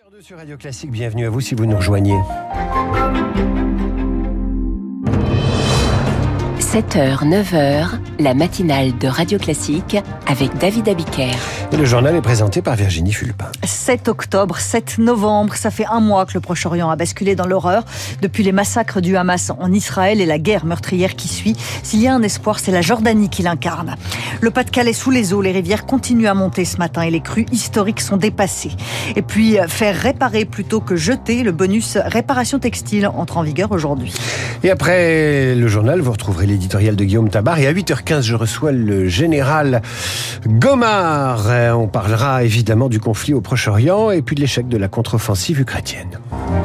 Sur Radio Classique, bienvenue à vous si vous nous rejoignez. 7h, 9h, la matinale de Radio Classique avec David Abiker. Et le journal est présenté par Virginie Fulpin. 7 octobre, 7 novembre, ça fait un mois que le Proche-Orient a basculé dans l'horreur. Depuis les massacres du Hamas en Israël et la guerre meurtrière qui suit, s'il y a un espoir, c'est la Jordanie qui l'incarne. Le Pas-de-Calais sous les eaux, les rivières continuent à monter ce matin et les crues historiques sont dépassées. Et puis, faire réparer plutôt que jeter, le bonus réparation textile entre en vigueur aujourd'hui. Et après le journal, vous retrouverez l'éditorial de Guillaume Tabar. Et à 8h15, je reçois le général Gomard. On parlera évidemment du conflit au Proche-Orient et puis de l'échec de la contre-offensive ukrainienne.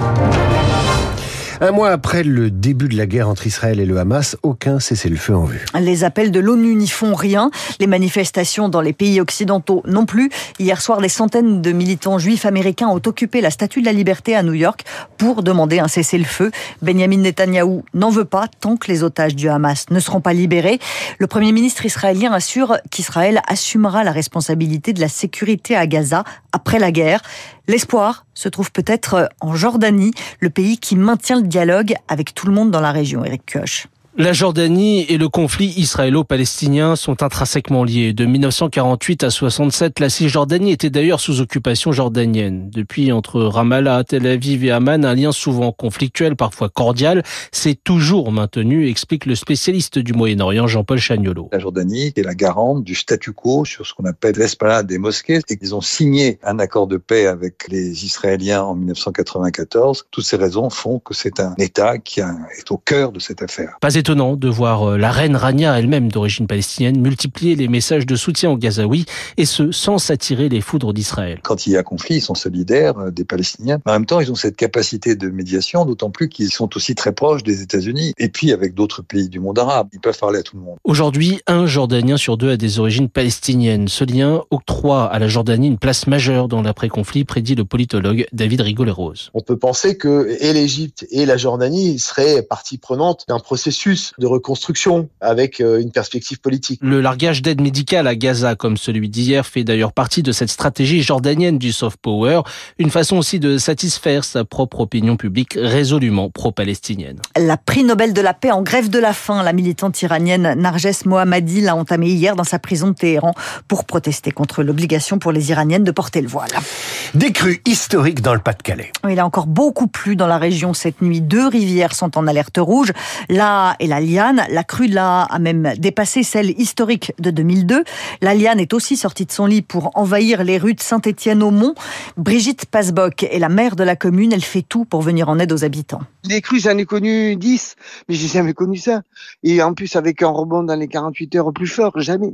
Un mois après le début de la guerre entre Israël et le Hamas, aucun cessez-le-feu en vue. Les appels de l'ONU n'y font rien. Les manifestations dans les pays occidentaux non plus. Hier soir, des centaines de militants juifs américains ont occupé la Statue de la Liberté à New York pour demander un cessez-le-feu. Benjamin Netanyahou n'en veut pas tant que les otages du Hamas ne seront pas libérés. Le Premier ministre israélien assure qu'Israël assumera la responsabilité de la sécurité à Gaza après la guerre. L'espoir se trouve peut-être en Jordanie, le pays qui maintient le dialogue avec tout le monde dans la région. Éric Kioch. La Jordanie et le conflit israélo-palestinien sont intrinsèquement liés. De 1948 à 67, la Cisjordanie était d'ailleurs sous occupation jordanienne. Depuis, entre Ramallah, Tel Aviv et Amman, un lien souvent conflictuel, parfois cordial, s'est toujours maintenu, explique le spécialiste du Moyen-Orient, Jean-Paul Chagnolot. La Jordanie est la garante du statu quo sur ce qu'on appelle l'esplanade des mosquées. Et ils ont signé un accord de paix avec les Israéliens en 1994. Toutes ces raisons font que c'est un État qui est au cœur de cette affaire. Pas étonnant de voir la reine Rania, elle-même d'origine palestinienne, multiplier les messages de soutien aux Gazaouis, et ce, sans s'attirer les foudres d'Israël. Quand il y a conflit, ils sont solidaires des Palestiniens. Mais en même temps, ils ont cette capacité de médiation, d'autant plus qu'ils sont aussi très proches des États-Unis, et puis avec d'autres pays du monde arabe. Ils peuvent parler à tout le monde. Aujourd'hui, un Jordanien sur deux a des origines palestiniennes. Ce lien octroie à la Jordanie une place majeure dans l'après-conflit, prédit le politologue David Rigolet-Rose. On peut penser que et l'Égypte et la Jordanie seraient partie prenante d'un processus de reconstruction avec une perspective politique. Le largage d'aide médicale à Gaza, comme celui d'hier, fait d'ailleurs partie de cette stratégie jordanienne du soft power, une façon aussi de satisfaire sa propre opinion publique résolument pro-palestinienne. La prix Nobel de la paix en grève de la faim, la militante iranienne Narges Mohammadi l'a entamée hier dans sa prison de Téhéran pour protester contre l'obligation pour les Iraniennes de porter le voile. Des crues historiques dans le Pas-de-Calais. Il a encore beaucoup plu dans la région cette nuit. 2 rivières sont en alerte rouge. Là et la Liane. La crue de la a même dépassé celle historique de 2002. La Liane est aussi sortie de son lit pour envahir les rues de Saint-Étienne-au-Mont. Brigitte Pasboc est la maire de la commune. Elle fait tout pour venir en aide aux habitants. Les crues, j'en ai connu 10, mais j'ai jamais connu ça. Et en plus, avec un rebond dans les 48 heures plus fort, jamais.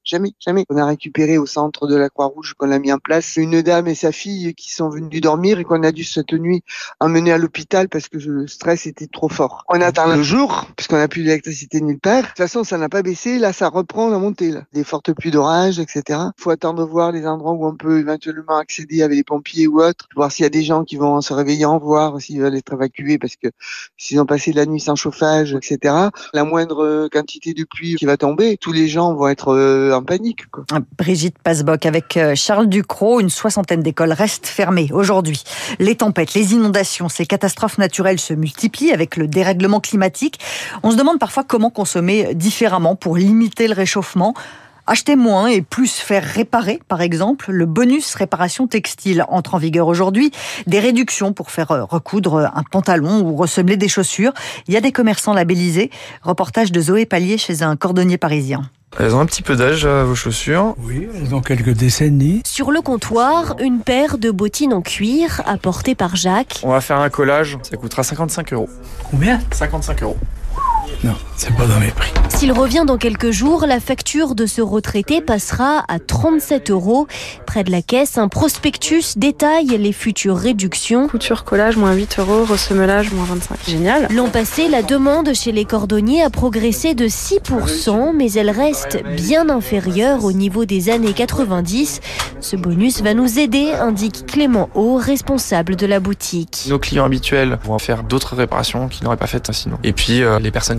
On a récupéré au centre de la Croix-Rouge qu'on a mis en place une dame et sa fille qui sont venues dormir et qu'on a dû cette nuit emmener à l'hôpital parce que le stress était trop fort. On attend le jour, puisqu'on n'a plus d'électricité nulle part. De toute façon, ça n'a pas baissé. Là, ça reprend la montée. Là. Des fortes pluies d'orage, etc. Il faut attendre de voir les endroits où on peut éventuellement accéder avec les pompiers ou autres. Voir s'il y a des gens qui vont se réveiller en voir, s'ils veulent être évacués parce que s'ils ont passé la nuit sans chauffage, etc. La moindre quantité de pluie qui va tomber, tous les gens vont être en panique, quoi. Brigitte Pasboc avec Charles Ducrot. Une 60aine d'écoles restent fermées aujourd'hui. Les tempêtes, les inondations, ces catastrophes naturelles se multiplient avec le dérèglement climatique. On se demande parfois comment consommer différemment pour limiter le réchauffement. Acheter moins et plus faire réparer, par exemple. Le bonus réparation textile entre en vigueur aujourd'hui. Des réductions pour faire recoudre un pantalon ou ressemeler des chaussures. Il y a des commerçants labellisés. Reportage de Zoé Pallier chez un cordonnier parisien. Elles ont un petit peu d'âge, vos chaussures. Oui, elles ont quelques décennies. Sur le comptoir, une paire de bottines en cuir apportées par Jacques. On va faire un collage, ça coûtera 55 €. Combien ? 55 €. Non, c'est pas dans mes prix. S'il revient dans quelques jours, la facture de ce retraité passera à 37 €. Près de la caisse, un prospectus détaille les futures réductions. Couture collage, moins 8 €, ressemelage, moins 25. Génial. L'an passé, la demande chez les cordonniers a progressé de 6%, mais elle reste bien inférieure au niveau des années 90. Ce bonus va nous aider, indique Clément Haut, responsable de la boutique. Nos clients habituels vont faire d'autres réparations qu'ils n'auraient pas faites sinon. Et puis, les personnes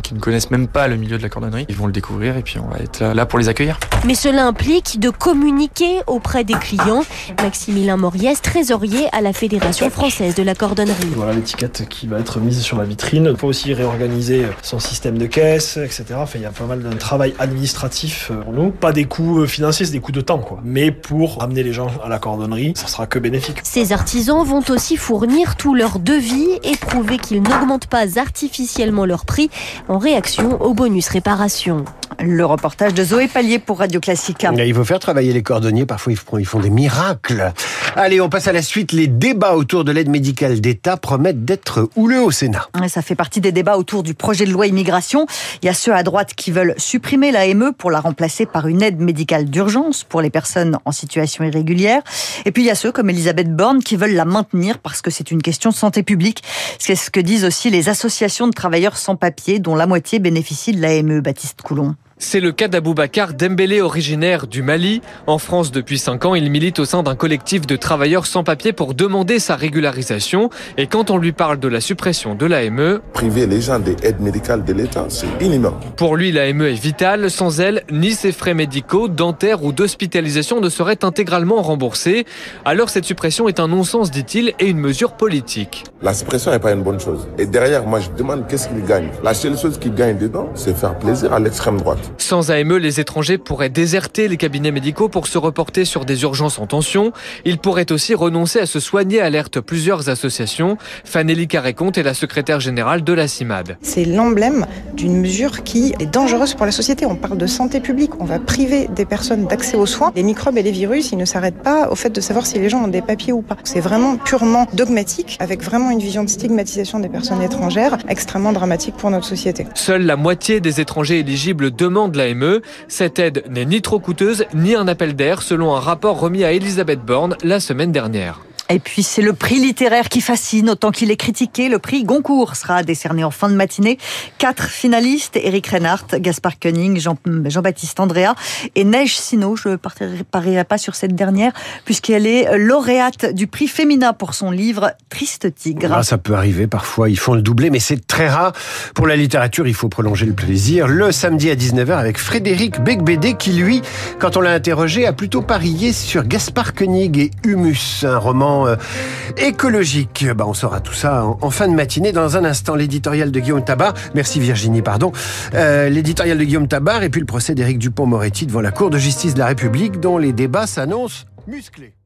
personnes qui ne connaissent même pas le milieu de la cordonnerie. Ils vont le découvrir et puis on va être là pour les accueillir. Mais cela implique de communiquer auprès des clients. Maximilien Moriès, trésorier à la Fédération française de la cordonnerie. Voilà l'étiquette qui va être mise sur la vitrine. Il faut aussi réorganiser son système de caisse, etc. Enfin, il y a pas mal de travail administratif pour nous. Pas des coûts financiers, c'est des coûts de temps, quoi. Mais pour amener les gens à la cordonnerie, ça sera que bénéfique. Ces artisans vont aussi fournir tous leurs devis et prouver qu'ils n'augmentent pas artificiellement leur prix en réaction au bonus réparation. Le reportage de Zoé Pallier pour Radio Classique. Il faut faire travailler les cordonniers, parfois ils font des miracles. Allez, on passe à la suite. Les débats autour de l'aide médicale d'État promettent d'être houleux au Sénat. Ça fait partie des débats autour du projet de loi immigration. Il y a ceux à droite qui veulent supprimer l'AME pour la remplacer par une aide médicale d'urgence pour les personnes en situation irrégulière. Et puis il y a ceux comme Elisabeth Borne qui veulent la maintenir parce que c'est une question de santé publique. C'est ce que disent aussi les associations de travailleurs sans papier dont la moitié bénéficient de l'AME. Baptiste Coulon. C'est le cas d'Aboubacar Dembélé, originaire du Mali. En France, depuis 5 ans, il milite au sein d'un collectif de travailleurs sans papier pour demander sa régularisation. Et quand on lui parle de la suppression de l'AME... Priver les gens des aides médicales de l'État, c'est inhumain. Pour lui, l'AME est vitale. Sans elle, ni ses frais médicaux, dentaires ou d'hospitalisation ne seraient intégralement remboursés. Alors cette suppression est un non-sens, dit-il, et une mesure politique. La suppression n'est pas une bonne chose. Et derrière, moi, je demande qu'est-ce qu'il gagne. La seule chose qu'il gagne dedans, c'est faire plaisir à l'extrême droite. Sans AME, les étrangers pourraient déserter les cabinets médicaux pour se reporter sur des urgences en tension. Ils pourraient aussi renoncer à se soigner, alertent plusieurs associations. Fanélie Carré-Comte est la secrétaire générale de la CIMAD. C'est l'emblème d'une mesure qui est dangereuse pour la société. On parle de santé publique. On va priver des personnes d'accès aux soins. Les microbes et les virus, ils ne s'arrêtent pas au fait de savoir si les gens ont des papiers ou pas. C'est vraiment purement dogmatique, avec vraiment une vision de stigmatisation des personnes étrangères, extrêmement dramatique pour notre société. Seule la moitié des étrangers éligibles demandent l'AME. Cette aide n'est ni trop coûteuse, ni un appel d'air, selon un rapport remis à Elisabeth Borne la semaine dernière. Et puis c'est le prix littéraire qui fascine autant qu'il est critiqué. Le prix Goncourt sera décerné en fin de matinée. 4 finalistes, Éric Reinhardt, Gaspard Koenig, Jean-Baptiste Andréa et Neige Sino. Je ne parierai pas sur cette dernière puisqu'elle est lauréate du prix Femina pour son livre Triste Tigre. Ah, ça peut arriver, parfois ils font le doublé, mais c'est très rare. Pour la littérature, il faut prolonger le plaisir. Le samedi à 19h avec Frédéric Becbédé qui, lui, quand on l'a interrogé, a plutôt parié sur Gaspard Koenig et Humus, un roman écologique. On saura tout ça en fin de matinée. Dans un instant, l'éditorial de Guillaume Tabar. Merci Virginie, pardon. L'éditorial de Guillaume Tabar et puis le procès d'Éric Dupond-Moretti devant la Cour de justice de la République dont les débats s'annoncent musclés.